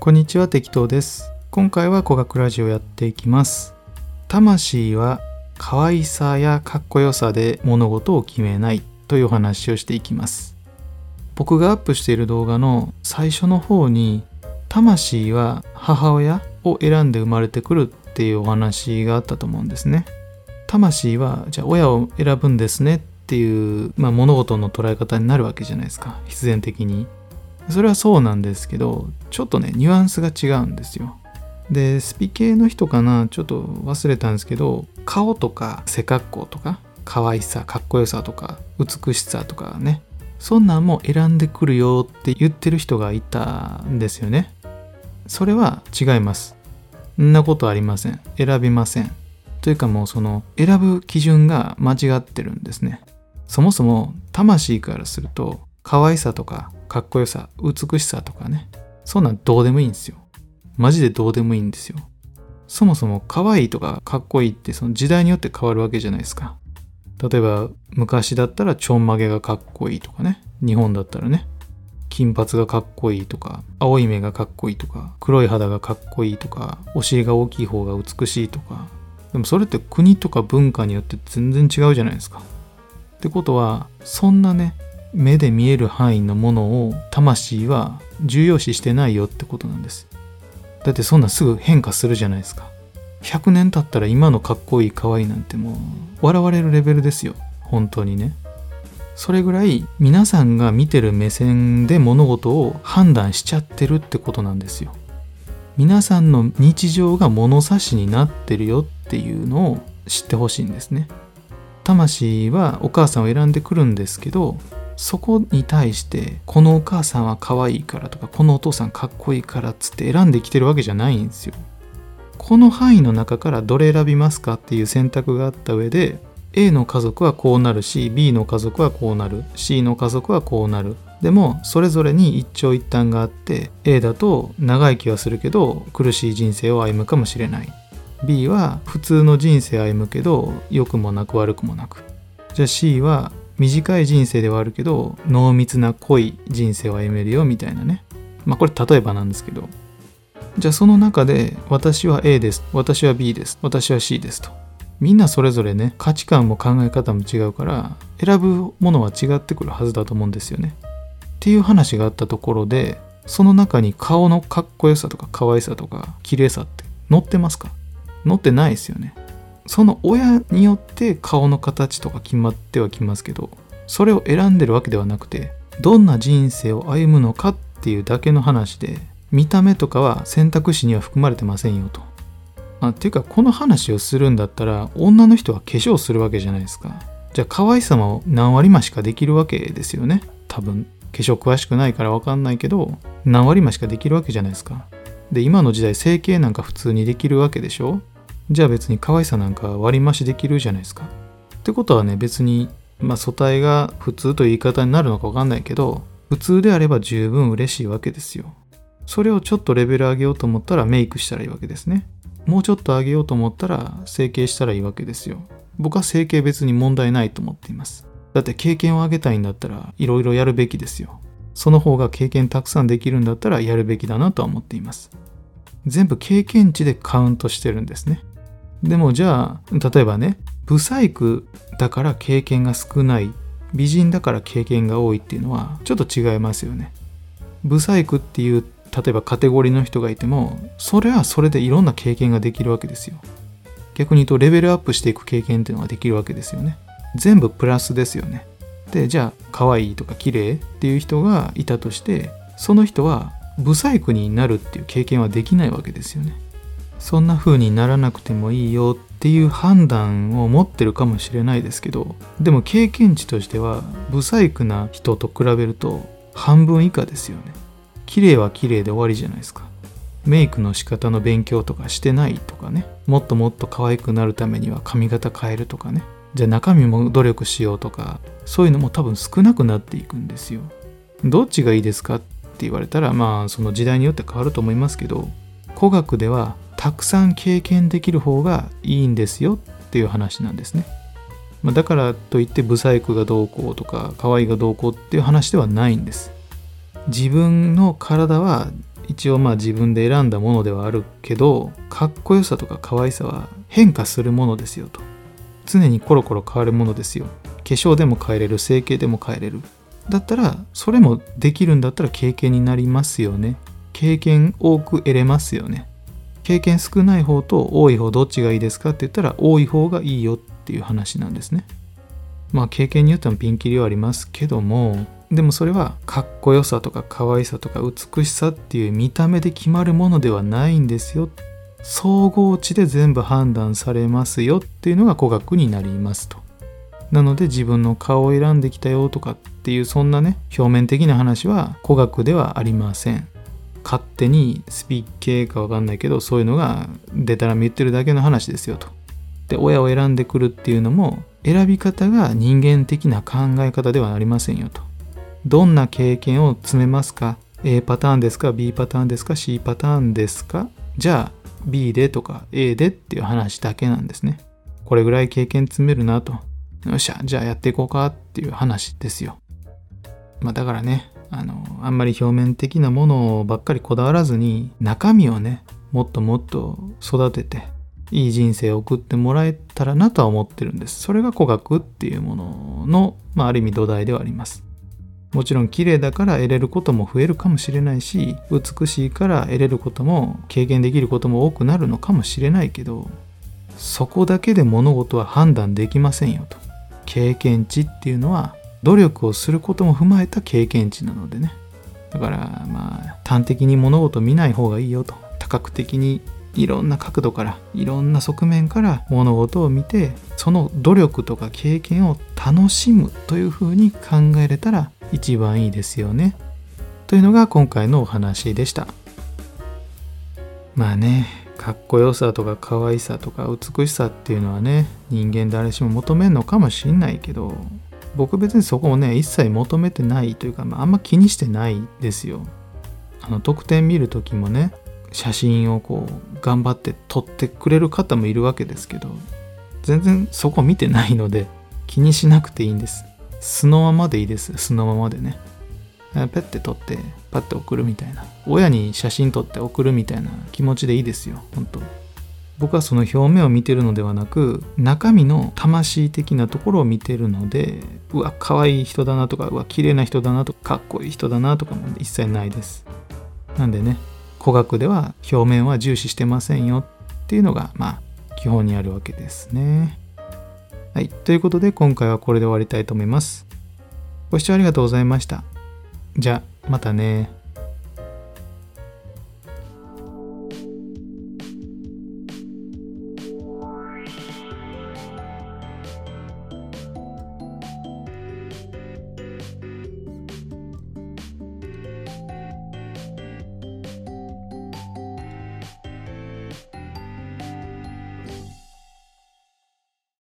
こんにちは、適当です。今回は語学ラジオやっていきます。魂は可愛さやかっこよさで物事を決めないというお話をしていきます。僕がアップしている動画の最初の方に、魂は母親を選んで生まれてくるっていうお話があったと思うんですね。魂はじゃあ親を選ぶんですねっていう、物事の捉え方になるわけじゃないですか、必然的に。それはそうなんですけど、ちょっとねニュアンスが違うんですよ。で、スピ系の人かな、ちょっと忘れたんですけど、顔とか背格好とか可愛さ、かっこよさとか美しさとかね、そんなんも選んでくるよって言ってる人がいたんですよね。それは違います。そんなことありません。選びません。というかもうその選ぶ基準が間違ってるんですね。そもそも魂からすると可愛さとかかっこよさ、美しさとかね、そんなんどうでもいいんですよ。マジでどうでもいいんですよ。そもそも可愛いとかかっこいいってその時代によって変わるわけじゃないですか。例えば昔だったらちょんまげがかっこいいとかね、日本だったらね、金髪がかっこいいとか、青い目がかっこいいとか、黒い肌がかっこいいとか、お尻が大きい方が美しいとか。でもそれって国とか文化によって全然違うじゃないですか。ってことは、そんなね、目で見える範囲のものを魂は重要視してないよってことなんです。だってそんなすぐ変化するじゃないですか。100年経ったら今のかっこいい可愛いなんてもう笑われるレベルですよ。本当にね。それぐらい皆さんが見てる目線で物事を判断しちゃってるってことなんですよ。皆さんの日常が物差しになってるよっていうのを知ってほしいんですね。魂はお母さんを選んでくるんですけど、そこに対してこのお母さんは可愛いからとか、このお父さんかっこいいからっつって選んできてるわけじゃないんですよ。この範囲の中からどれ選びますかっていう選択があった上で、 A の家族はこうなるし、 B の家族はこうなる、 C の家族はこうなる。でもそれぞれに一長一短があって、 A だと長生きはするけど苦しい人生を歩むかもしれない、 B は普通の人生を歩むけど良くもなく悪くもなく、じゃあ C は短い人生ではあるけど濃密な濃い人生を歩めるよみたいなね。これ例えばなんですけど、じゃあその中で私は A です、私は B です、私は C ですと、みんなそれぞれね、価値観も考え方も違うから選ぶものは違ってくるはずだと思うんですよね。っていう話があったところで、その中に顔のかっこよさとか可愛さとか綺麗さって載ってますか？載ってないですよね。その親によって顔の形とか決まってはきますけど、それを選んでるわけではなくて、どんな人生を歩むのかっていうだけの話で、見た目とかは選択肢には含まれてませんよと。っていうか、この話をするんだったら女の人は化粧するわけじゃないですか。じゃあ可愛さも何割増しかできるわけですよね。多分化粧詳しくないから分かんないけど、何割増しかできるわけじゃないですか。で、今の時代整形なんか普通にできるわけでしょ。じゃあ別に可愛さなんか割り増しできるじゃないですか。ってことはね、別に素体が普通という言い方になるのか分かんないけど、普通であれば十分嬉しいわけですよ。それをちょっとレベル上げようと思ったらメイクしたらいいわけですね。もうちょっと上げようと思ったら整形したらいいわけですよ。僕は整形別に問題ないと思っています。だって経験を上げたいんだったらいろいろやるべきですよ。その方が経験たくさんできるんだったらやるべきだなとは思っています。全部経験値でカウントしてるんですね。でもじゃあ例えばね、ブサイクだから経験が少ない、美人だから経験が多いっていうのはちょっと違いますよね。ブサイクっていう例えばカテゴリーの人がいても、それはそれでいろんな経験ができるわけですよ。逆に言うとレベルアップしていく経験っていうのができるわけですよね。全部プラスですよね。で、じゃあ可愛いとか綺麗っていう人がいたとして、その人はブサイクになるっていう経験はできないわけですよね。そんな風にならなくてもいいよっていう判断を持ってるかもしれないですけど、でも経験値としてはブサイクな人と比べると半分以下ですよね。綺麗は綺麗で終わりじゃないですか。メイクの仕方の勉強とかしてないとかね、もっともっと可愛くなるためには髪型変えるとかね、じゃあ中身も努力しようとか、そういうのも多分少なくなっていくんですよ。どっちがいいですかって言われたら、その時代によって変わると思いますけど、古学ではたくさん経験できる方がいいんですよっていう話なんですね。だからといってブサイクがどうこうとか可愛いがどうこうっていう話ではないんです。自分の体は一一応自分で選んだものではあるけど、かっこよさとか可愛さは変化するものですよと。常にコロコロ変わるものですよ。化粧でも変えれる、整形でも変えれる。だったらそれもできるんだったら経験になりますよね。経験多く得れますよね。経験少ない方と多い方どっちがいいですかって言ったら多い方がいいよっていう話なんですね。経験によってもピンキリはありますけども、でもそれはかっこよさとか可愛さとか美しさっていう見た目で決まるものではないんですよ。総合値で全部判断されますよっていうのが古学になりますと。なので自分の顔を選んできたよとかっていうそんなね表面的な話は古学ではありません。勝手にスピ系かわかんないけどそういうのがデタラメ言ってるだけの話ですよと。で親を選んでくるっていうのも選び方が人間的な考え方ではありませんよと。どんな経験を積めますか？ A パターンですか？ B パターンですか？ C パターンですか？じゃあ B でとか A でっていう話だけなんですね。これぐらい経験積めるなと。よっしゃ、じゃあやっていこうかっていう話ですよ。だからね、あんまり表面的なものばっかりこだわらずに中身をね、もっともっと育てていい人生を送ってもらえたらなとは思ってるんです。それが古学っていうものの、ある意味土台ではあります。もちろん綺麗だから得れることも増えるかもしれないし、美しいから得れることも経験できることも多くなるのかもしれないけど、そこだけで物事は判断できませんよと。経験値っていうのは努力をすることも踏まえた経験値なのでね。だから端的に物事を見ない方がいいよと。多角的にいろんな角度からいろんな側面から物事を見て、その努力とか経験を楽しむというふうに考えれたら一番いいですよね。というのが今回のお話でした。かっこよさとか可愛さとか美しさっていうのはね、人間誰しも求めるのかもしれないけど、僕別にそこをね一切求めてないというか、あんま気にしてないですよ。特典見る時もね、写真を頑張って撮ってくれる方もいるわけですけど、全然そこ見てないので気にしなくていいんです。素のままでいいです。素のままでね、ペッて撮ってパッて送るみたいな、親に写真撮って送るみたいな気持ちでいいですよ。本当僕はその表面を見てるのではなく、中身の魂的なところを見てるので、うわ可愛い人だなとか、うわ綺麗な人だなとか、かっこいい人だなとかも一切ないです。なんでね、古学では表面は重視してませんよっていうのが基本にあるわけですね。はい、ということで今回はこれで終わりたいと思います。ご視聴ありがとうございました。じゃあまたね。